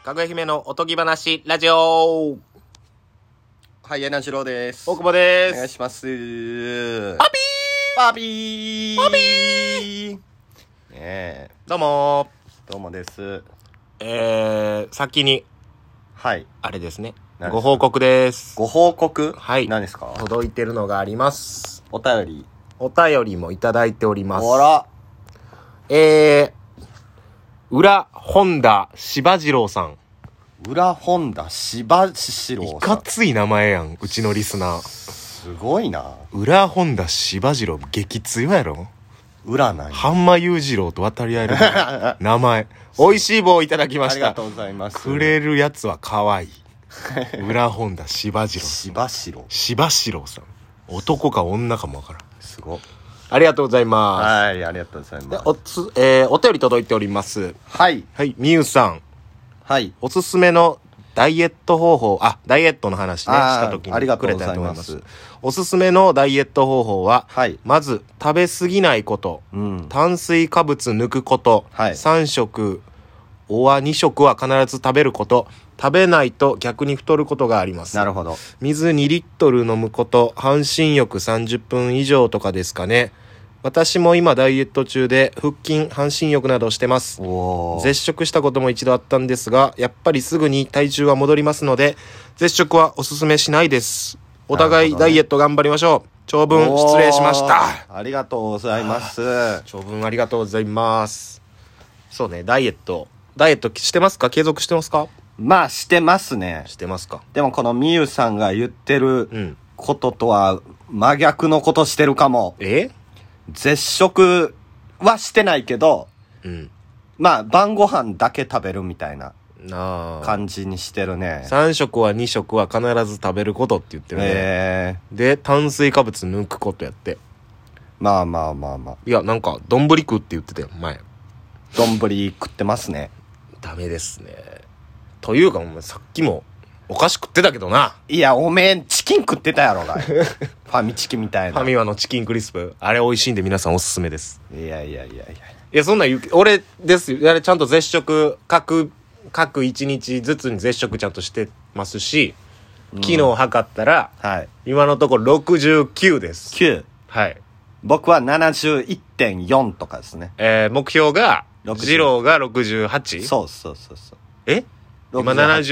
かぐや姫のおとぎ話ラジオ。 はい、柳次郎です。 大久保です。 お願いします。 パピパピーパピねえ、 どうもどうもです。 先に、 はい。 あれですね。 何ですかご報告です。 ご報告はい何ですか？ 届いてるのがあります。 お便り。 お便りもいただいております。 ほら。 裏本田柴次郎さん。 裏本田柴次郎いさん。 かつい名前やん、うちのリスナー。 すごいな。 裏本田柴次郎激強やろ。 裏なんや。 半間裕次郎と渡り合える名前。美味しい棒いただきました。 ありがとうございます。 くれるやつは可愛い。裏本田柴次郎。 柴次郎。 柴次郎さん。男か女かもわからん。 すご。 ありがとうございます。 はい、ありがとうございでます。 お便り届いております。 はい。 はい、みゆさん。 はい。 おすすめのダイエット方法、ダイエットの話ね、 あーした時にありがとくれうございまたと思いますす。おすすめのダイエット方法は、 はい。 まず、食べ過ぎないこと、 うん。 炭水化物抜くこと、 はい 3食、2食は必ず食べること、食べないと逆に太ることがあります。 なるほど。 水2リットル飲むこと、半身浴30分以上とかですかね。私も今ダイエット中で腹筋、半身浴などしてます。 おー。 絶食したことも一度あったんですが、やっぱりすぐに体重は戻りますので、絶食はおすすめしないです。お互いダイエット頑張りましょう。長文失礼しました。 ありがとうございます。 長文ありがとうございます。そうね、ダイエットしてますか？継続してますか？ まあ、してますね。 してますか？ でもこのみゆさんが言ってるうん。 こととは真逆のことしてるかも。絶食はしてないけど、 うん。 まあ、晩ご飯だけ食べるみたいななあ。 感じにしてるね。 3食は2食は必ず食べることって言ってるね。で、炭水化物抜くことやって。 まあまあまあまあ。 いや、なんか、丼食って言ってたよ、前。 丼食ってますね。 ダメですね。というか、お前さっきも、お菓子食ってたけどな。 いや、おめえ、チキン食ってたやろがい。ファミチキみたいな。 ファミマのチキンクリスプ。あれ美味しいんで皆さんおすすめです。 いやいやいやいや。 いや、そんなん俺ですよ。あれちゃんと絶食、各1日ずつに絶食ちゃんとしてますし、昨日測ったら、 はい。 今のところ69です。 9。 はい。 僕は 71.4 とかですね。 目標が、 60 ジローが 68？ そうそうそうそう。 え今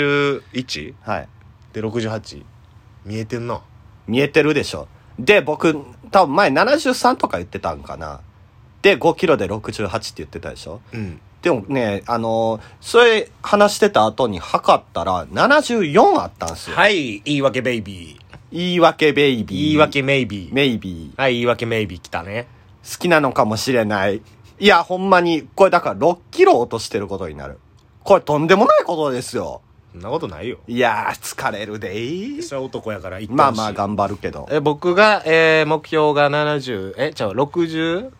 71？ はい。 で68？見えてんな。 見えてるでしょ。で、僕、多分前73とか言ってたんかな。で、5キロで68って言ってたでしょ。 うん。 でもね、それ話してた後に測ったら74あったんすよ。 はい、言い訳ベイビー。 言い訳ベイビー。 言い訳メイビー。 メイビー。 はい、言い訳メイビー来たね。 好きなのかもしれない。いや、ほんまに、これだから6キロ落としてることになる。これとんでもないことですよ。 そんなことないよ。 いやー、疲れるでー。 それは男やから言ってほしい。 まあまあ頑張るけど。 僕が、目標が70、69？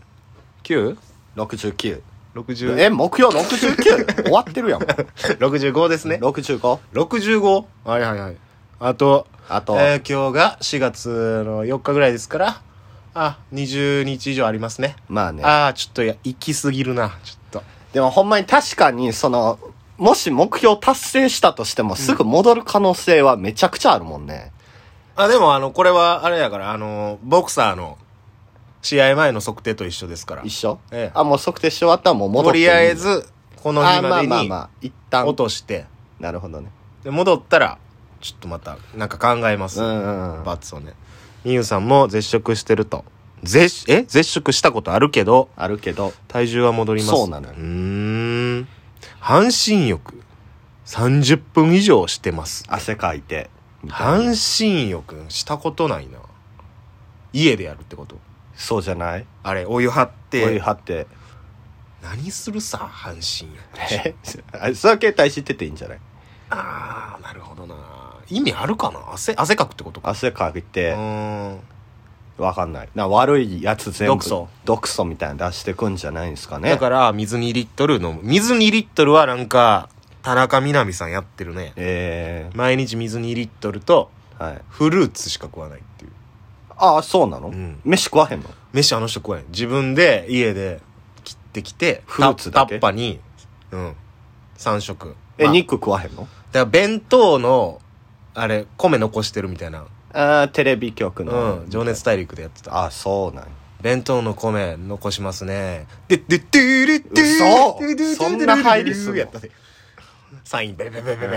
69。 60？ 目標 69？ 終わってるやん。 65ですね。 65？ 65？ はいはいはい。あと、 あと、 今日が4月の4日ぐらいですから、20日以上ありますね。 まあね。 ちょっと行き過ぎるな、ちょっと。 でもほんまに確かに、もし目標達成したとしてもすぐ戻る可能性はめちゃくちゃあるもんね。 でもこれはあれやから、ボクサーの試合前の測定と一緒ですから。 一緒？ ええ。 もう測定し終わったらもう戻っていい。 とりあえず、この日までに一旦。 落として、 なるほどね。 で、戻ったら、ちょっとまた、なんか考えます。 うん。 罰をね。みゆさんも絶食してると。絶食したことあるけど、 あるけど。 体重は戻ります。 そうなのよ。 半身浴、30分以上してます。 汗かいて。 半身浴したことないな。家でやるってこと？ そうじゃない？ あれ、お湯張って。 お湯張って。 何するさ、半身浴。 それは携帯知ってていいんじゃない？ なるほどな。意味あるかな？汗かくってことか。 汗かいて。わかんない。悪いやつ全部。毒素みたいなの出してくんじゃないんですかね。 だから、水2リットル飲む。水2リットルはなんか、田中みな実さんやってるね。毎日水2リットルと、フルーツしか食わないっていう。 ああ、そうなの？飯食わへんの？ 飯人食わへん。自分で家で切ってきて、 フルーツだけタッパに、3食え、肉食わへんの？ だから弁当のあれ米残してるみたいな。 テレビ局の。 情熱大陸でやってた。 あ、そうなんや。 弁当の米残しますね。ででででで嘘そんな入りするのやったで。サインベベベベベ。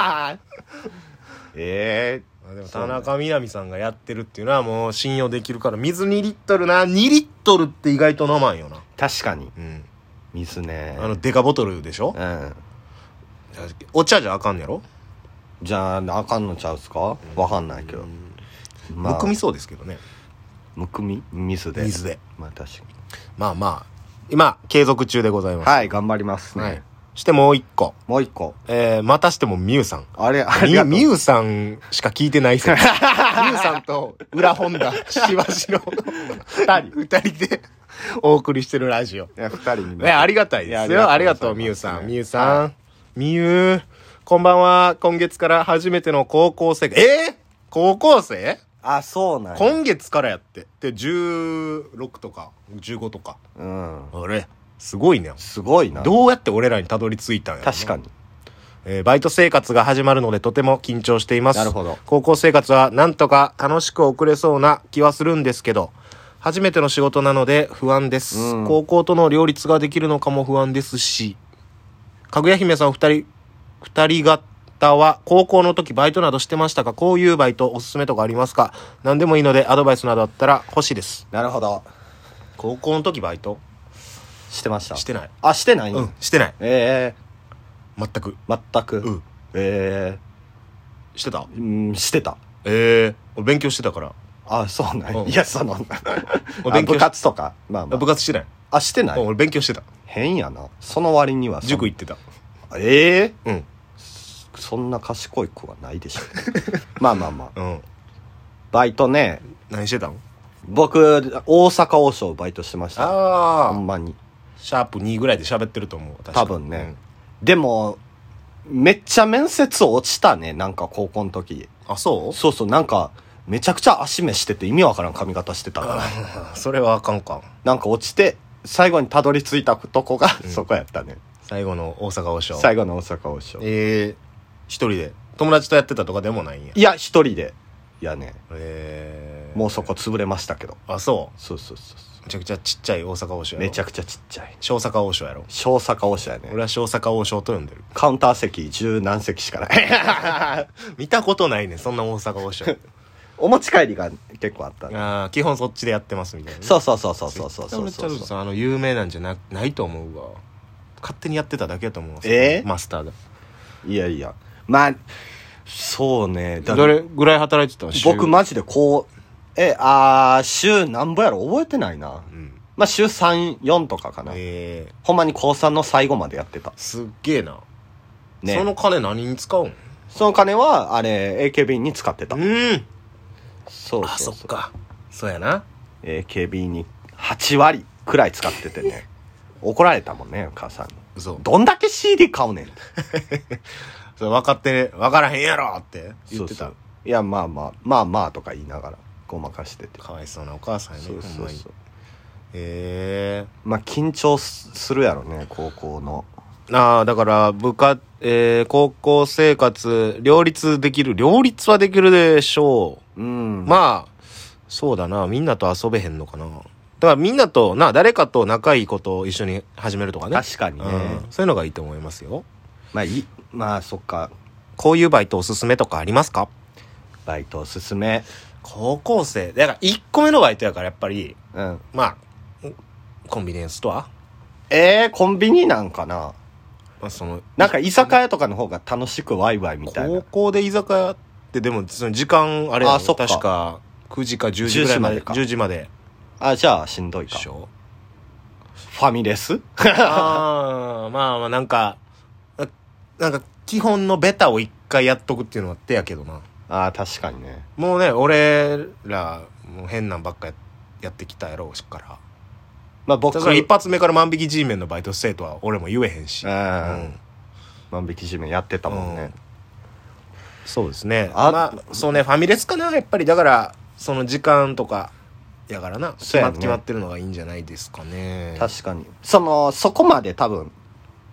えでも田中みな実さんがやってるっていうのはもう信用できるから。水2リットルな。2リットルって意外と飲まんよな。 確かに。 うん。 水ね。 デカボトルでしょ。 うん。 お茶じゃあかんやろ。 じゃあ、あかんのちゃうっすか？わかんないけど。 むくみそうですけどね。 むくみ？水で。 水で。 まあ確かに。 まあまあ、今、継続中でございます。 はい、頑張りますね。 はい。してもう一個。 もう一個。 またしてもみゆさん。 あれみゆさんしか聞いてない説。みゆさんと裏本田、しばしの二人でお送りしてるラジオ。 二人にね、ありがたいですよ。ありがとう、みゆさん。みゆさん。みゆ、こんばんは。今月から初めての高校生。高校生？ あ、そうなんや。 今月からやって。で、16とか、15とか。 うん。 あれすごいね。 すごいな。 どうやって俺らにたどり着いたんやろな。 確かに。 バイト生活が始まるのでとても緊張しています。 なるほど。 高校生活はなんとか楽しく送れそうな気はするんですけど、初めての仕事なので不安です。高校との両立ができるのかも不安ですし、かぐや姫さん二人方は高校の時バイトなどしてましたか？こういうバイトおすすめとかありますか？何でもいいのでアドバイスなどあったら欲しいです。 なるほど。 高校の時バイトしてました？ してない。 あ、してない？ してない。全く。 全く。 してた？ してた。 俺勉強してたから。 あ、そうなん。いや、 勉強部活とか。まあまあ。 部活してない。 あ、してない？ 俺勉強してた。 変やな。その割には。 塾行ってた。 そんな賢い子はないでしょ。まあまあまあ。 バイトね。 何してたの？ 僕、大阪王将バイトしてました。ほんまに。 シャープ2ぐらいで喋ってると思う。 多分ね。でも、めっちゃ面接落ちたね。なんか高校の時。 あ、そう？ そうそう。なんか、めちゃくちゃ足目してて意味わからん髪型してたから。 それはあかんか。 なんか落ちて、最後にたどり着いたとこが、そこやったね。 最後の大阪王将。 最後の大阪王将。 一人で友達とやってたとかでもないんや？ いや、一人で。いやね。もうそこ潰れましたけど。 あ、そう？ そうそう。 めちゃくちゃちっちゃい大阪王将やろ。 めちゃくちゃちっちゃい。 小阪王将やろ。 小阪王将やね。 俺は小阪王将と呼んでる。 カウンター席10何席しかない。 見たことないね、そんな大阪王将。 お持ち帰りが結構あった、ね。 基本そっちでやってますみたいな、ね。 そう。 俺ちょっと有名なんじゃないと思うわ。勝手にやってただけやと思うわ。マスターが。 いや。まあ、そうね。 どれぐらい働いてたの？ 僕マジで週何ぼやろ覚えてないな。まあ週3、4とかかな。ほんまに高3の最後までやってた。 すっげえな。ね。その金何に使うん？ その金は、AKB に使ってた。そう。 あ、そっか。そうやな。 AKB に8割くらい使っててね。怒られたもんね、お母さんに。 嘘。 どんだけ CD 買うねん。 そう、分からへんやろって言ってた。 そう。いや、まあとか言いながらごまかしてて。 かわいそうなお母さんやね。 そう。まあ緊張するやろね、高校の。 だから高校生活両立はできるでしょう。まあそうだな、みんなと遊べへんのかな。だからみんなと誰かと仲いいことを一緒に始めるとかね。 確かにね。 そういうのがいいと思いますよ。 まあそっか。 こういうバイトおすすめとかありますか？ バイトおすすめ。 高校生だから1個目のバイトやからやっぱりまあコンビニエンスストア。 コンビニなんかな。なんか居酒屋とかの方が楽しくワイワイみたいな。 高校で居酒屋ってでもその時間あれやろ。確か9時か10時ぐらいまで。10時まで。 じゃあしんどいか。ファミレス？ まあなんか基本のベタを一回やっとくっていうのは手やけどな。 確かにね。 もうね、俺らもう変なんばっかやってきたやろうしから。まあ僕一発目から万引き G メンのバイト生とは俺も言えへんし。 万引き G メンやってたもんね。 そうですね。そうね、ファミレスかなやっぱり。だからその時間とかやからな、決まってるのがいいんじゃないですかね。 確かにそこまで多分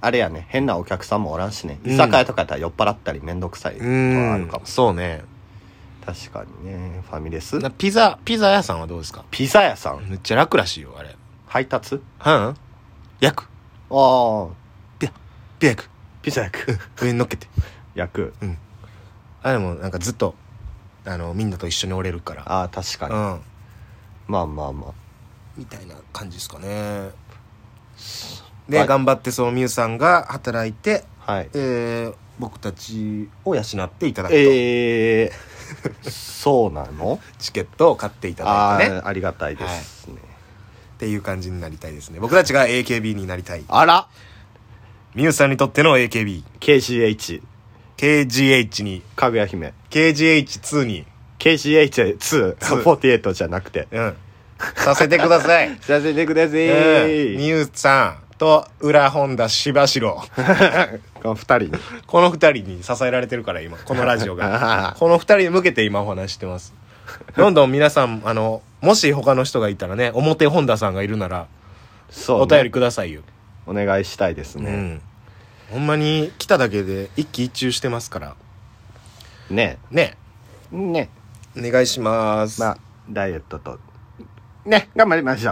あれやね、変なお客さんもおらんしね。居酒屋とかやったら酔っ払ったりめんどくさいとかあるかも。 そうね。 確かにね。ファミレスピザ屋さんはどうですか？ ピザ屋さんめっちゃ楽らしいよ、あれ。 配達焼く。 ああ。 ピザ焼く。 ピザ焼く。 上に乗っけて。 焼く。 あれもなんかずっと、みんなと一緒におれるから。 ああ、確かに。まあまあまあ。 みたいな感じですかね。で、頑張ってそのミュウさんが働いて、 はい。 僕たちを養っていただくと。 そうなの？ チケットを買っていただいてね。 ありがたいですね。 っていう感じになりたいですね。僕たちが AKB になりたい。 あらミュウさんにとっての AKB。 KGH。 KGH に。 かぐや姫。 KGH2 に。 KGH2。48じゃなくて。 させてください。 させてください。 ミュウさんと裏本田柴城。 この二人に。 この二人に支えられてるから今、このラジオが。この二人に向けて今お話してます。どんどん皆さん、もし他の人がいたらね、表本田さんがいるなら、 そうね、 お便りくださいよ。 お願いしたいですね。 ほんまに来ただけで一喜一憂してますから。 ね。 お願いします。 まあ、ダイエットと。ね、頑張りましょう。